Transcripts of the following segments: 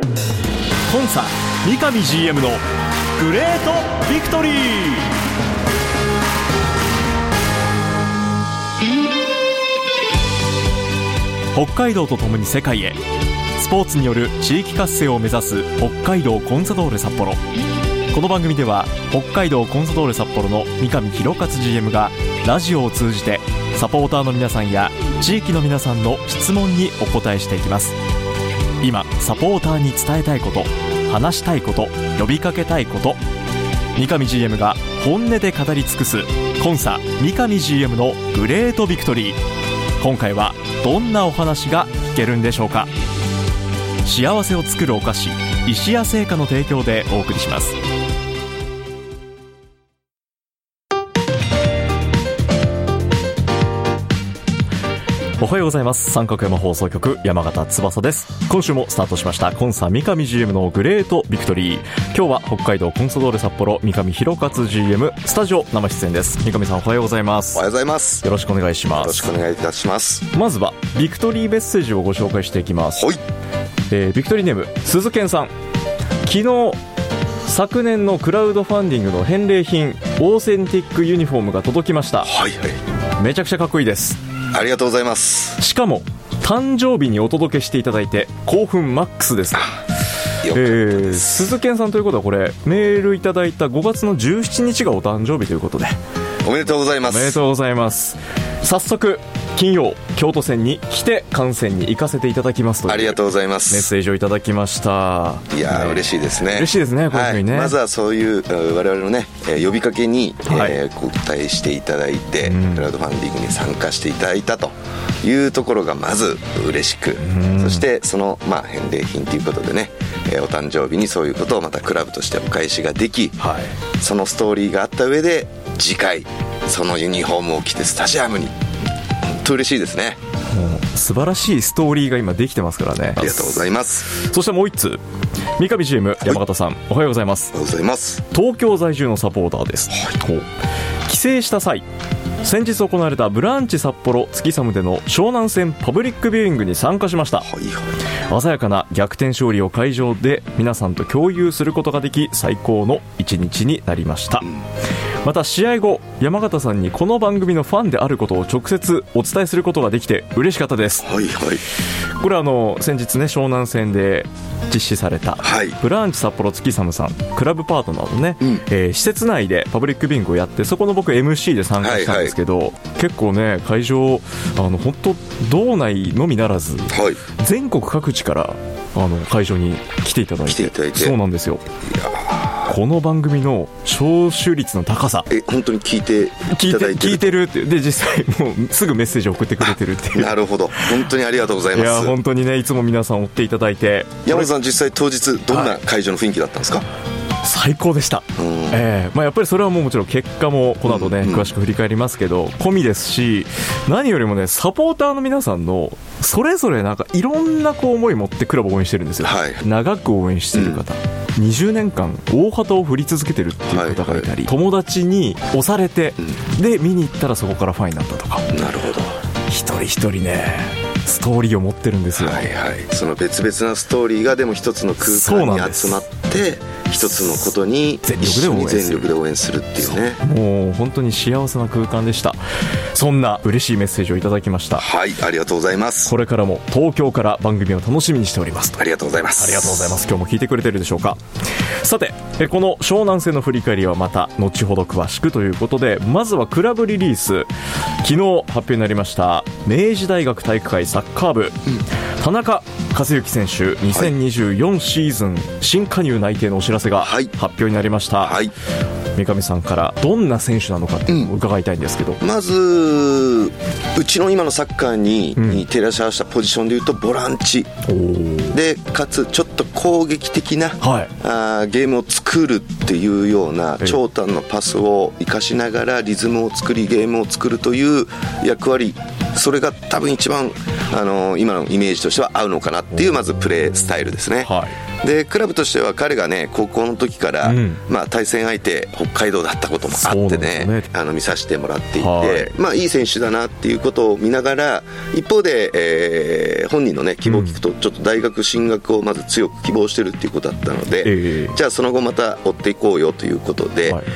コンサ三上 GM のグレートビクトリー。北海道とともに世界へ、スポーツによる地域活性を目指す北海道コンサドーレ札幌。この番組では北海道コンサドーレ札幌の三上弘勝 GM がラジオを通じてサポーターの皆さんや地域の皆さんの質問にお答えしていきます。今サポーターに伝えたいこと、話したいこと、呼びかけたいこと、三上 GM が本音で語り尽くすコンサ三上 GM のグレートビクトリー。今回はどんなお話が聞けるんでしょうか。幸せを作るお菓子、石屋製菓の提供でお送りします。おはようございます。三角山放送局山形翼です。今週もスタートしましたコンサ三上 GM のグレートビクトリー。今日は北海道コンサドーレ札幌三上弘勝 GM スタジオ生出演です。三上さん、おはようございます。 おはようございます。 よろしくお願いします。 よろしくお願いいたします。 まずはビクトリーメッセージをご紹介していきます。 はい。 ビクトリーネーム鈴健さん。昨日昨年のクラウドファンディングの返礼品オーセンティックユニフォームが届きました。 はいはい。 めちゃくちゃかっこいいです。 ありがとうございます。 しかも誕生日にお届けしていただいて興奮マックスです。鈴健さんということはこれメールいただいた5月の17日がお誕生日ということで、 おめでとうございます。 おめでとうございます。早速金曜京都戦に来て観戦に行かせていただきますという、 ありがとうございます。 メッセージをいただきました。 いや、嬉しいですね。 嬉しいですね、こういうふうにね、 はい、まずはそういう我々のね呼びかけに、答えしていただいて、クラウドファンディングに参加していただいたというところがまず嬉しく、そしてその、返礼品ということでね、お誕生日にそういうことをまたクラブとしてお返しができ、そのストーリーがあった上で次回そのユニフォームを着てスタジアムに、本当嬉しいですね。 もう素晴らしいストーリーが今できてますからね。 ありがとうございます。 そしてもう一通、三上 GM 山形さん、おはようございます。 おはようございます。 東京在住のサポーターです。帰省した際、先日行われたブランチ札幌月寒での湘南戦パブリックビューイングに参加しました。鮮やかな逆転勝利を会場で皆さんと共有することができ、最高の一日になりました。また試合後、山形さんにこの番組のファンであることを直接お伝えすることができて嬉しかったです。これは先日ね、湘南戦で実施された、ブランチ札幌月寒さんクラブパートナーのね、施設内でパブリックビューイングをやって、そこの僕 MC で参加したんですけど、結構ね会場本当道内のみならず、全国各地から会場に来ていただいて、そうなんですよ。この番組の聴取率の高さ、 本当に聞いていただいてる、 聞いてるってで、実際もうすぐメッセージを送ってくれてるっていう。 なるほど、本当にありがとうございます。 いや本当にね、いつも皆さん追っていただいて。 山本さん、実際当日どんな会場の雰囲気だったんですか？ 最高でした。やっぱりそれはもちろん結果もこの後ね、詳しく振り返りますけど込みですし、何よりもね、サポーターの皆さんのそれぞれなんかいろんな思い持ってクラブを応援してるんですよ。長く応援してる方、20年間大旗を振り続けてるっていう方がいたり、友達に押されて、で見に行ったらそこからファンになったとか。なるほど。一人一人ねストーリーを持ってるんですよ。 その別々なストーリーがでも一つの空間に集まって一つのことに全力で応援するっていうね。 もう本当に幸せな空間でした。そんな嬉しいメッセージをいただきました。 ありがとうございます。 これからも東京から番組を楽しみにしております。 ありがとうございます。 ありがとうございます。今日も聞いてくれてるでしょうか。さて、この湘南戦の振り返りはまた後ほど詳しくということで、まずはクラブリリース、昨日発表になりました明治大学体育会サッカー部、田中和幸選手2024シーズン新加入内定のお知らせが発表になりました。三上さんからどんな選手なのかっていうのを伺いたいんですけど、 まずうちの今のサッカーに照らし合わせたポジションでいうとボランチで、かつちょっと攻撃的な、ゲームを作るっていうような長短のパスを生かしながらリズムを作りゲームを作るという役割それが多分一番今のイメージとしては合うのかなっていうまずプレースタイルですね、はい、でクラブとしては彼がね高校の時から、対戦相手北海道だったこともあってね、見させてもらっていて、はい、いい選手だなっていうことを見ながら、一方で、本人のね希望を聞くとちょっと大学進学をまず強く希望してるっていうことだったので、じゃあその後また追っていこうよということで、はい、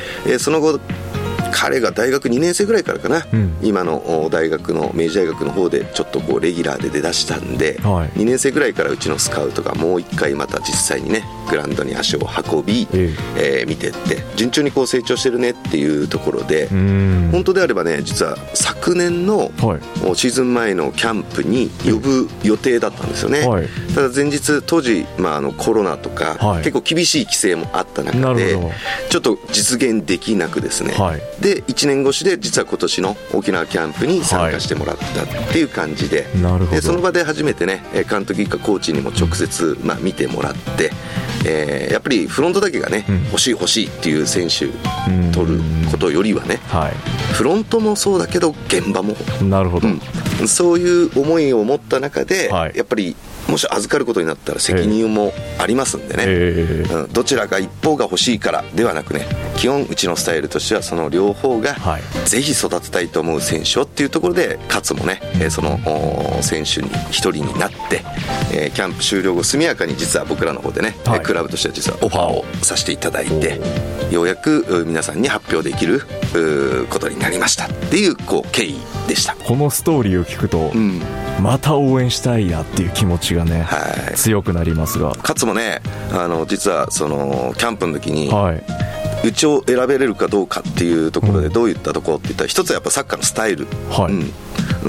その後彼が大学2年生ぐらいからかな、今の大学の明治大学の方でちょっとこうレギュラーで出だしたんで、はい、2年生ぐらいからうちのスカウトがもう一回また実際にねグラウンドに足を運び、見てって順調にこう成長してるねっていうところで、本当であればね実は昨年のシーズン前のキャンプに呼ぶ予定だったんですよね、はい、ただ前日当時、コロナとか、はい、結構厳しい規制もあった中でちょっと実現できなくですね、はい、で1年越しで実は今年の沖縄キャンプに参加してもらったっていう感じで、でその場で初めてね監督以下コーチにも直接、見てもらって、やっぱりフロントだけがね、欲しいっていう選手取ることよりはね、はい、フロントもそうだけど現場もなるほど、 そういう思いを持った中で、はい、やっぱりもし預かることになったら責任もありますんでね、どちらか一方が欲しいからではなくね、基本うちのスタイルとしてはその両方がぜひ育てたいと思う選手をっていうところで、かつもねその選手に一人になって、キャンプ終了後速やかに実は僕らの方でね、はい、クラブとしては実はオファーをさせていただいて、ようやく皆さんに発表できることになりましたっていうこう経緯でした。 このストーリーを聞くと、また応援したいなっていう気持ちがね、はい、強くなりますが、 かつもね実はそのキャンプの時に、はい、うちを選べれるかどうかっていうところでどういったところって言ったら、一つはやっぱサッカーのスタイル、はい、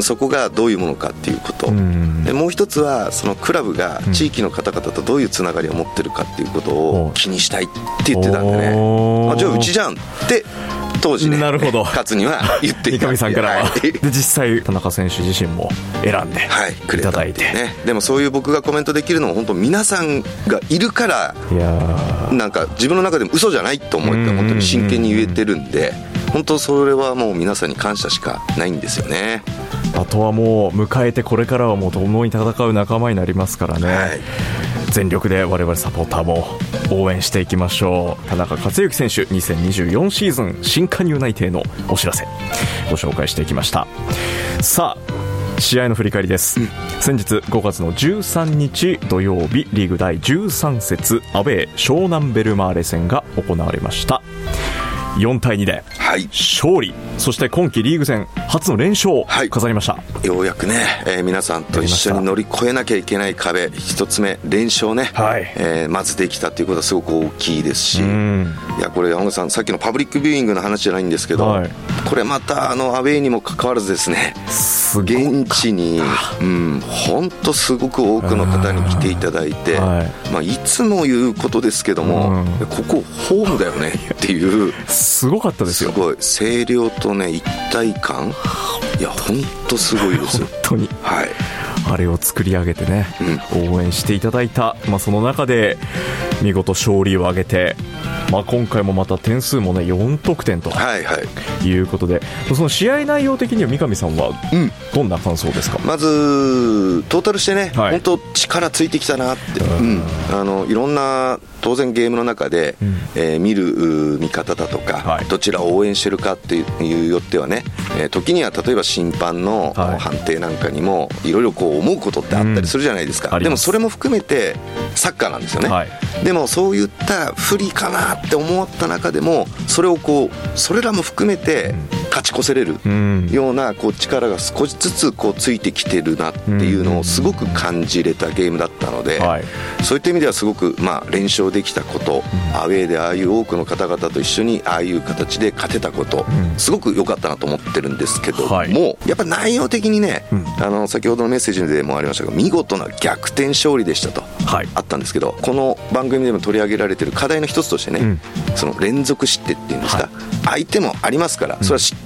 そこがどういうものかっていうこと、でもう一つはそのクラブが地域の方々とどういうつながりを持ってるかっていうことを気にしたいって言ってたんでね、じゃあうちじゃんって当時ね、なるほど、勝には言っていた三上さんからは、はい、で実際田中選手自身も選んでいただいて、はい、 ね、でもそういう僕がコメントできるのも本当皆さんがいるから、いやなんか自分の中でも嘘じゃないと思って本当に真剣に言えてるんで、本当それはもう皆さんに感謝しかないんですよね。 あとはもう迎えてこれからはもう共に戦う仲間になりますからね、はい、全力で我々サポーターも応援していきましょう。田中克之選手2024シーズン新加入内定のお知らせご紹介していきました。さあ試合の振り返りです、先日5月の13日土曜日、リーグ第13節アウェー湘南ベルマーレ戦が行われました。4対2で勝利、そして今季リーグ戦初の連勝を飾りました、はい、ようやくね、皆さんと一緒に乗り越えなきゃいけない壁一つ目連勝ね、はい、まずできたということはすごく大きいですし、いやこれ山口さんさっきのパブリックビューイングの話じゃないんですけど、はい、これまたアウェーにもかかわらずですね、現地に本当すごく多くの方に来ていただいて、はい、いつも言うことですけども、ここホームだよねっていうすごかったですよ。 すごい声量とね一体感、いや本当すごいです。 本当に、はい、あれを作り上げてね、応援していただいた、その中で見事勝利を挙げて、今回もまた点数もね4得点ということで、その試合内容的には三上さんはどんな感想ですか？ まずトータルしてね、本当力ついてきたなって、いろんな当然ゲームの中で、見る見方だとか、どちらを応援してるかっていうよってはね、時には例えば審判の判定なんかにもいろいろこう思うことってあったりするじゃないですか、でもそれも含めてサッカーなんですよね、でもそういった不利かなって思った中でもそれをこうそれらも含めて勝ち越せれるようなこう力が少しずつこうついてきてるなっていうのをすごく感じれたゲームだったので、そういった意味ではすごく連勝できたこと、アウェーでああいう多くの方々と一緒にああいう形で勝てたこと、すごく良かったなと思ってるんですけども、やっぱ内容的にね、先ほどのメッセージでもありましたが見事な逆転勝利でしたと、あったんですけど、この番組でも取り上げられてる課題の一つとしてね、その連続失点っていうんですか、相手もありますからそれは知って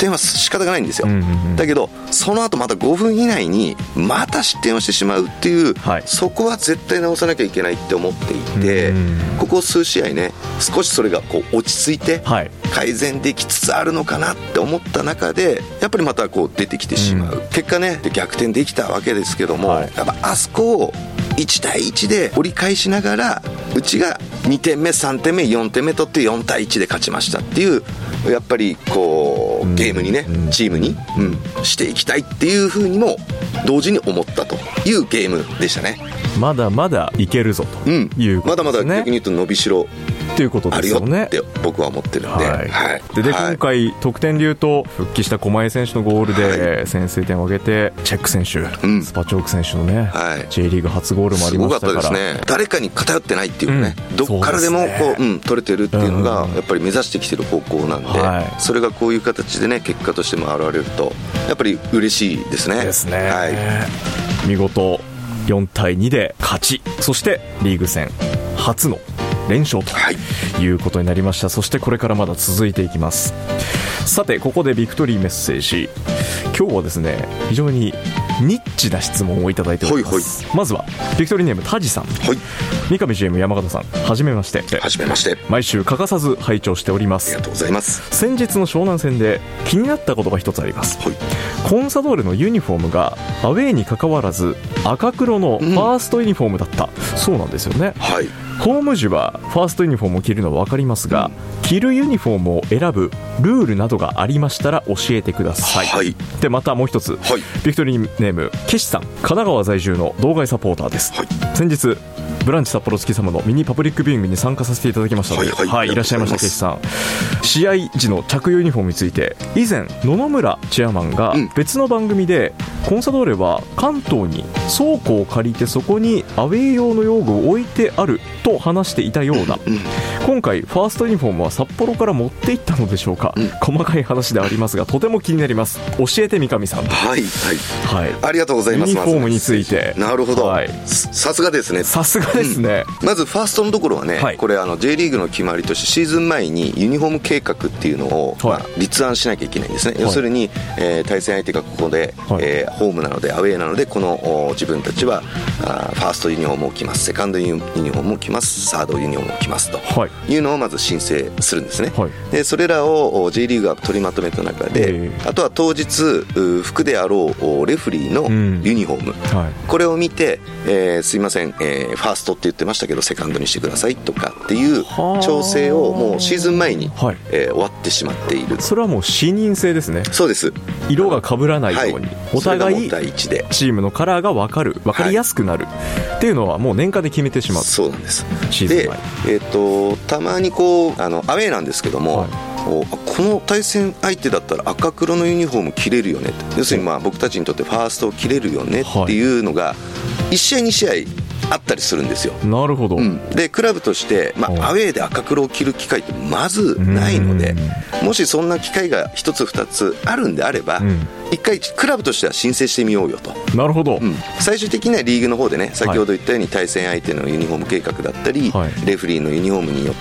点は仕方がないんですよ、だけどその後また5分以内にまた失点をしてしまうっていう、そこは絶対直さなきゃいけないって思っていて、ここ数試合ね少しそれがこう落ち着いて改善できつつあるのかなって思った中でやっぱりまたこう出てきてしまう、結果ね逆転できたわけですけども、やっぱあそこを1対1で折り返しながらうちが2点目3点目4点目取って4対1で勝ちましたっていう、やっぱりこうゲームにねチームに、していきたいっていう風にも同時に思ったというゲームでしたね。 まだまだいけるぞということですね、まだまだ逆に言うと伸びしろということですよね。 あるよって僕は思ってるんで、 で今回得点でいうと復帰した駒井選手のゴールで先制点を挙げて、チェック選手、スパチョーク選手のね、J リーグ初ゴールもありましたから、 すごかったですね。誰かに偏ってないっていうね、どっからでもこう、取れてるっていうのがやっぱり目指してきてる方向なんで、それがこういう形でね結果としても現れるとやっぱり嬉しいですね。 見事4対2で勝ち、そしてリーグ戦初の連勝ということになりました。そしてこれからまだ続いていきます。さてここでビクトリーメッセージ、今日はですね非常にニッチな質問をいただいております。まずはビクトリーネームタジさん、三上 GM 山形さん、はじめまして。 はじめまして。 毎週欠かさず拝聴しております。 ありがとうございます。 先日の湘南戦で気になったことが一つあります。コンサドーレのユニフォームがアウェーに関わらず赤黒のファーストユニフォームだった、そうなんですよね。ホーム時はファーストユニフォームを着るのは分かりますが、着るユニフォームを選ぶルールなどがありましたら教えてください。でまたもう一つ、ビクトリーネームケシさん、神奈川在住の道外サポーターです。先日ブランチ札幌月様のミニパブリックビューイングに参加させていただきましたので、いらっしゃいましたケシさん。試合時の着用ユニフォームについて、以前野々村チェアマンが別の番組で、コンサドーレは関東に倉庫を借りてそこにアウェー用の用具を置いてあると話していたような、今回ファーストユニフォームは札幌から持っていったのでしょうか。細かい話ではありますがとても気になります。教えて三上さん。 ありがとうございます。 ユニフォームについて。 なるほど、さすがですね。 さすがですね。 まずファーストのところはね、これJ リーグの決まりとしてシーズン前にユニフォーム計画っていうのを、立案しなきゃいけないんですね。要するに、対戦相手がここで、ホームなのでアウェーなので、この自分たちはファーストユニフォームを着ます、セカンドユニフォームを着ます、サードユニフォームを着ますというのをまず申請するんですね。でそれらを J リーグが取りまとめた中で、あとは当日服であろうレフリーのユニフォーム、これを見て、すいません、ファーストって言ってましたけどセカンドにしてくださいとかっていう調整をもうシーズン前に、終わってしまっている。 それはもう視認性ですね。 そうです。 色が被らないように、お互いチームのカラーが分かりやすくなるっていうのはもう年間で決めてしまう。 そうなんです。 シーズン前で、たまにこうアウェーなんですけども、この対戦相手だったら赤黒のユニフォーム着れるよねって、要するに僕たちにとってファーストを着れるよねっていうのが1試合2試合あったりするんですよ。 なるほど。 でクラブとして、アウェーで赤黒を着る機会ってまずないので、もしそんな機会が1つ2つあるんであれば、一回クラブとしては申請してみようよと。 なるほど。 最終的にはリーグの方でね、先ほど言ったように対戦相手のユニフォーム計画だったり、レフリーのユニフォームによって、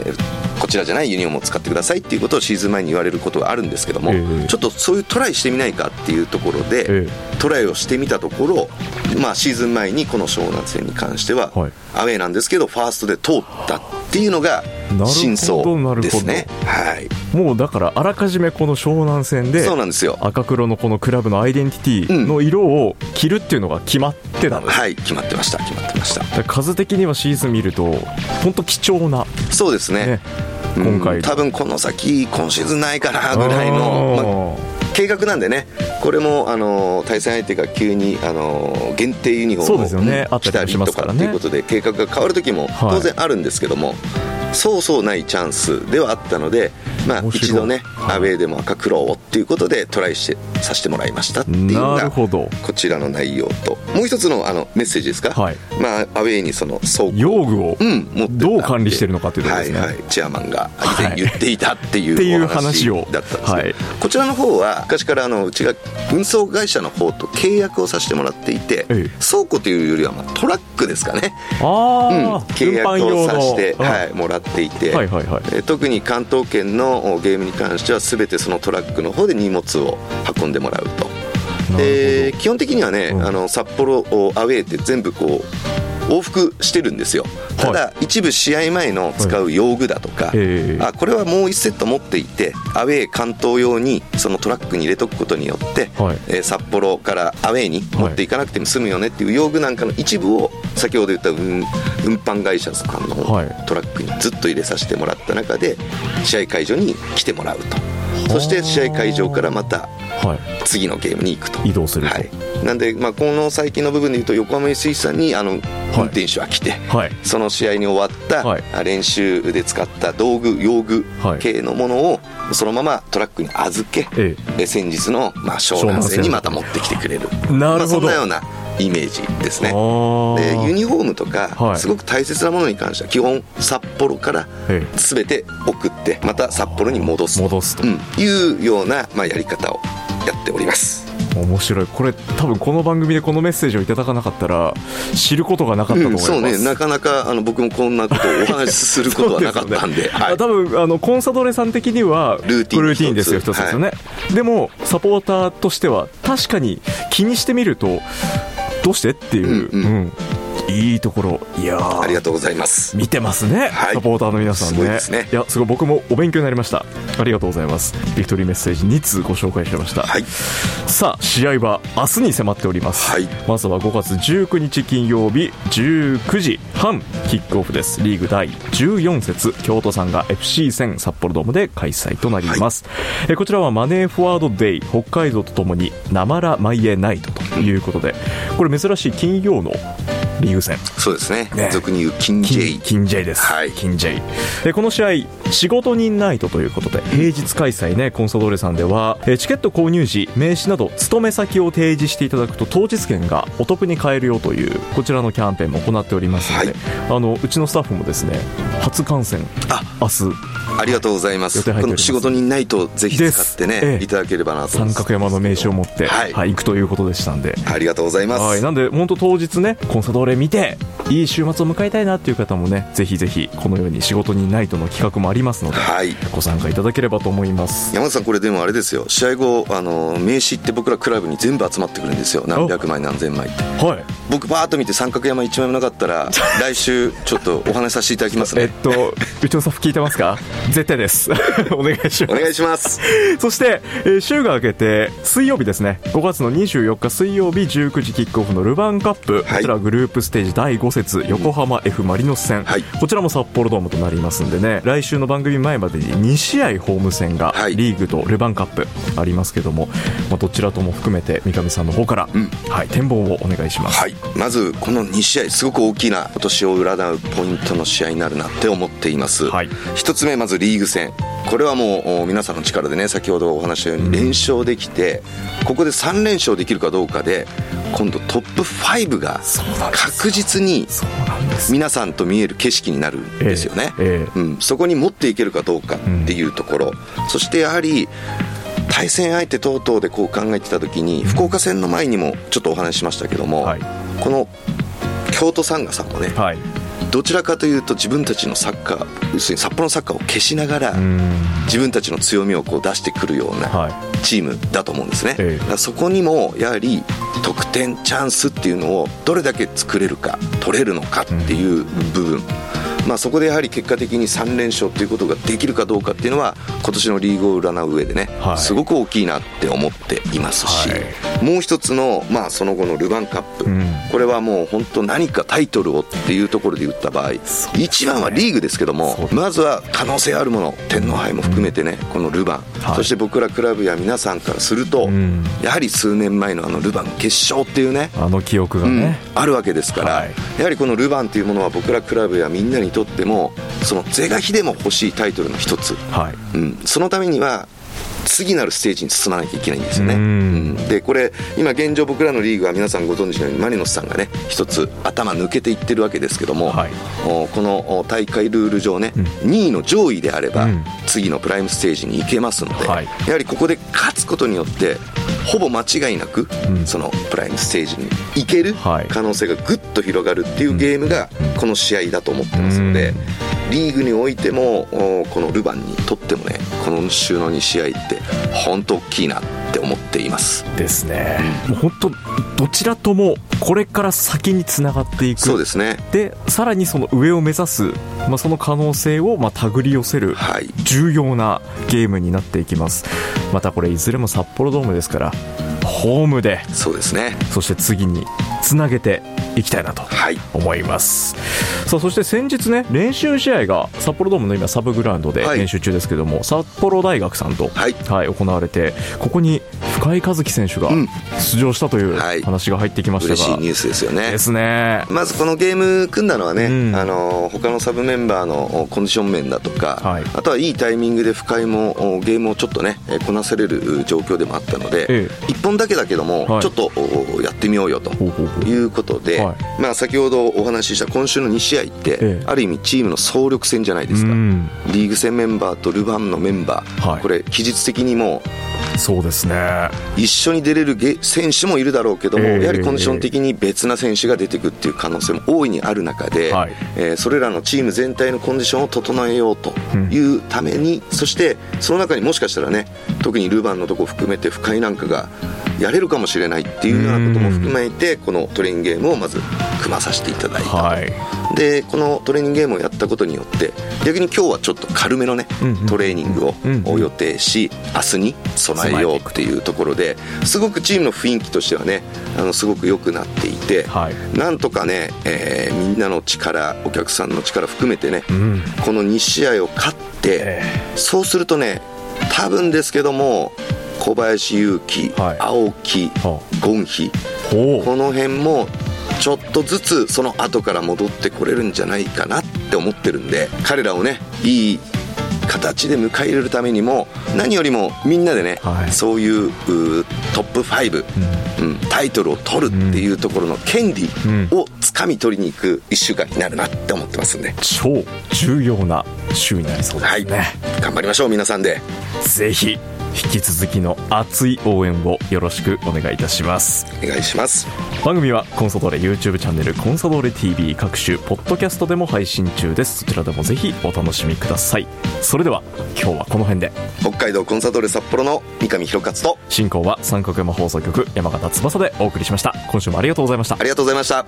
こちらじゃないユニフォームを使ってくださいっていうことをシーズン前に言われることがあるんですけども、ちょっとそういうトライしてみないかっていうところで、トライをしてみたところ、シーズン前にこの湘南戦に関しては、アウェーなんですけどファーストで通ったっていうのが真相ですね。もうだからあらかじめこの湘南戦で赤黒のこのクラブのアイデンティティの色を着るっていうのが決まってたんです。 決まってました。 数的にはシーズン見ると本当貴重な。 そうですね。今回多分この先今シーズンないかなぐらいの、計画なんでね、これも対戦相手が急に限定ユニフォームを着たりとかっていうことで計画が変わる時も当然あるんですけども、そうそうないチャンスではあったので、一度ねアウェーでも赤黒をっていうことでトライさせてもらいましたっていうのがこちらの内容と、もう一つのメッセージですか。アウェーにその倉庫用具をどう管理してるのかというとですね、 チェアマンが以前言っていたっていうお話だったんですけど、こちらの方は昔からうちが運送会社の方と契約をさせてもらっていて、倉庫というよりはトラックですかね、契約をさせてもらっていて、特に関東圏ののゲームに関しては全てそのトラックの方で荷物を運んでもらうと。で基本的にはね、札幌アウェーって全部こう往復してるんですよ。ただ、一部試合前の使う用具だとか、これはもう1セット持っていてアウェー関東用にそのトラックに入れとくことによって、札幌からアウェーに持っていかなくても済むよねっていう用具なんかの一部を先ほど言った運搬会社さんのトラックにずっと入れさせてもらった中で試合会場に来てもらうと。そして試合会場からまた次のゲームに行くと、 移動すると、 なんで、この最近の部分でいうと横浜 SC さんに運転手は来て、その試合に終わった練習で使った道具用具系のものをそのままトラックに預け、先日の湘南戦にまた持ってきてくれる、そんなようなイメージですね。でユニフォームとか、すごく大切なものに関しては基本札幌から全て送ってまた札幌に戻すというような、やり方をやっております。 面白い。これ多分この番組でこのメッセージをいただかなかったら知ることがなかったと思います。 そうね、なかなか僕もこんなことをお話しすることはなかったんで多分コンサドーレさん的にはルーティンですよ、一つですよね、でもサポーターとしては確かに気にしてみるとどうしてっていう、いいところ。いやありがとうございます。 見てますね、サポーターの皆さんね。 すごいですね。 いやすごい、僕もお勉強になりました。ありがとうございます。ビクトリーメッセージ2通ご紹介しました。さあ試合は明日に迫っております。まずは5月19日金曜日19時半キックオフです。リーグ第14節京都サンガ FC 戦札幌ドームで開催となります。こちらはマネーフォワードデイ北海道とともになまらマイエナイトということで、これ珍しい金曜のリーグ戦。 そうですね、俗に言う金 J です、金 J で、この試合仕事人ナイトということで平日開催ね。コンサドーレさんではチケット購入時名刺など勤め先を提示していただくと当日券がお得に買えるよというこちらのキャンペーンも行っておりますので、うちのスタッフもですね初観戦明日ありがとうございます。この仕事人ナイトぜひ使ってね、いただければなと思います。 三角山の名刺を持って、行くということでしたんで、 ありがとうございます。 なんで本当当日ねコンサドーレ見ていい週末を迎えたいなっていう方もね、ぜひぜひこのように仕事人ナイトの企画もありますので、ご参加いただければと思います。 山田さん、これでもあれですよ、試合後名刺って僕らクラブに全部集まってくるんですよ。何百枚何千枚って、僕バーッと見て三角山1枚もなかったら来週ちょっとお話しさせていただきますね。 うちのスタッフ聞いてますか？絶対ですお願いします。 お願いします。 そして、週が明けて水曜日ですね、5月の24日水曜日19時キックオフのルヴァンカップ、こちらグループステージ第5節横浜 F マリノス戦、こちらも札幌ドームとなりますんでね、来週の番組前までに2試合ホーム戦がリーグとルヴァンカップありますけども、どちらとも含めて三上さんの方から、展望をお願いします。 まずこの2試合すごく大きな今年を占うポイントの試合になるなって思っています。一つ目、まずリーグ戦、これはもう皆さんの力でね、先ほどお話したように連勝できて、ここで3連勝できるかどうかで今度トップ5が確実に皆さんと見える景色になるんですよね。そこに持っていけるかどうかっていうところ、そしてやはり対戦相手等々でこう考えてた時に、福岡戦の前にもちょっとお話ししましたけども、この京都サンガさんもね、どちらかというと自分たちのサッカー、要するに札幌のサッカーを消しながら自分たちの強みをこう出してくるようなチームだと思うんですね。だからそこにもやはり得点チャンスっていうのをどれだけ作れるか、取れるのかっていう部分、そこでやはり結果的に3連勝ということができるかどうかっていうのは今年のリーグを占う上でね、すごく大きいなって思っていますし、もう一つの、その後のルヴァンカップ、これはもう本当何かタイトルをっていうところで言った場合、一番はリーグですけども、まずは可能性あるもの、天皇杯も含めてね、このルヴァン、そして僕らクラブや皆さんからすると、やはり数年前のルヴァン決勝っていうね、 記憶がね、 あるわけですから、やはりこのルヴァンっていうものは僕らクラブやみんなにとってもその是が非でも欲しいタイトルの一つ、そのためには次なるステージに進まなきゃいけないんですよね。でこれ今現状僕らのリーグは皆さんご存知のようにマリノスさんがね一つ頭抜けていってるわけですけども、この大会ルール上ね、2位の上位であれば次のプライムステージに行けますので、やはりここで勝つことによってほぼ間違いなくそのプライムステージに行ける可能性がぐっと広がるっていうゲームがこの試合だと思ってますので、 リーグにおいてもこのルヴァンにとってもね、この週の2試合って本当大きいなって思っていますですね。もう本当どちらともこれから先につながっていく。 そうですね。 でさらにその上を目指す、その可能性を手繰り寄せる重要なゲームになっていきます。またこれいずれも札幌ドームですからホームで、 そうですね。 そして次につなげていきたいなと思います、さあそして先日ね、練習試合が札幌ドームの今サブグラウンドで練習中ですけども、札幌大学さんと、行われて、ここに深井一希選手が出場したという話が入ってきましたが、 嬉しいニュースですよね。 ですね。 まずこのゲーム組んだのはね、他のサブメンバーのコンディション面だとか、あとはいいタイミングで深井もゲームをちょっとねこなせれる状況でもあったので、1本だけだけども、ちょっとやってみようよということで、先ほどお話しした今週の2試合って、ある意味チームの総力戦じゃないですか。リーグ戦メンバーとルヴァンのメンバー、これ期日的にもそうですね、 一緒に出れる選手もいるだろうけども、やはりコンディション的に別な選手が出てくるっていう可能性も大いにある中で、それらのチーム全体のコンディションを整えようというために、そしてその中にもしかしたらね、特にルヴァンのとこ含めて深井なんかがやれるかもしれないっていうようなことも含めて、このトレーニングゲームをまず組まさせていただいたと、でこのトレーニングゲームをやったことによって逆に今日はちょっと軽めのね、トレーニングを予定し、明日に備えようっていうところで、すごくチームの雰囲気としてはね、すごく良くなっていて、なんとかね、みんなの力、お客さんの力含めてね、この2試合を勝って、そうするとね、多分ですけども小林勇輝、青木、ゴンヒ、この辺もちょっとずつその後から戻ってこれるんじゃないかなって思ってるんで、彼らをねいい形で迎え入れるためにも、何よりもみんなでね、そういうトップ5、タイトルを取るっていうところの権利を掴み取りに行く1週間になるなって思ってますんで、 超重要な週になりそうですね。 頑張りましょう皆さんで。 ぜひ引き続きの熱い応援をよろしくお願いいたします。 お願いします。 番組はコンサドーレ YouTube チャンネルコンサドーレ TV 各種ポッドキャストでも配信中です。そちらでもぜひお楽しみください。それでは今日はこの辺で。 北海道コンサドーレ札幌の三上弘勝と、 進行は三角山放送局山形翼でお送りしました。今週もありがとうございました。 ありがとうございました。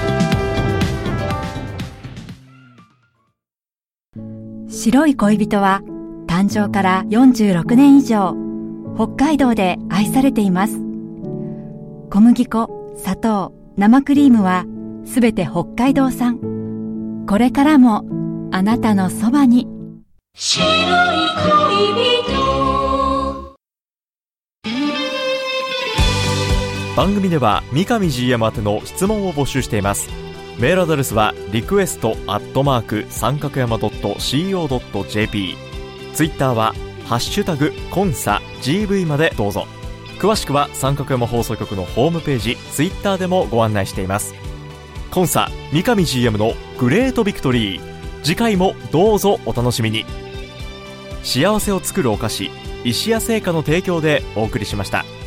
白い恋人は誕生から46年以上北海道で愛されています。小麦粉、砂糖、生クリームはすべて北海道産。これからもあなたのそばに。白い恋人。 番組では三上 GM 宛ての質問を募集しています。メールアドレスはrequest@三角山 .co.jp、 ツイッターはハッシュタグコンサ GV までどうぞ。詳しくは三角山放送局のホームページ、ツイッターでもご案内しています。コンサ三上 GM のグレートビクトリー、次回もどうぞお楽しみに。幸せを作るお菓子、石屋製菓の提供でお送りしました。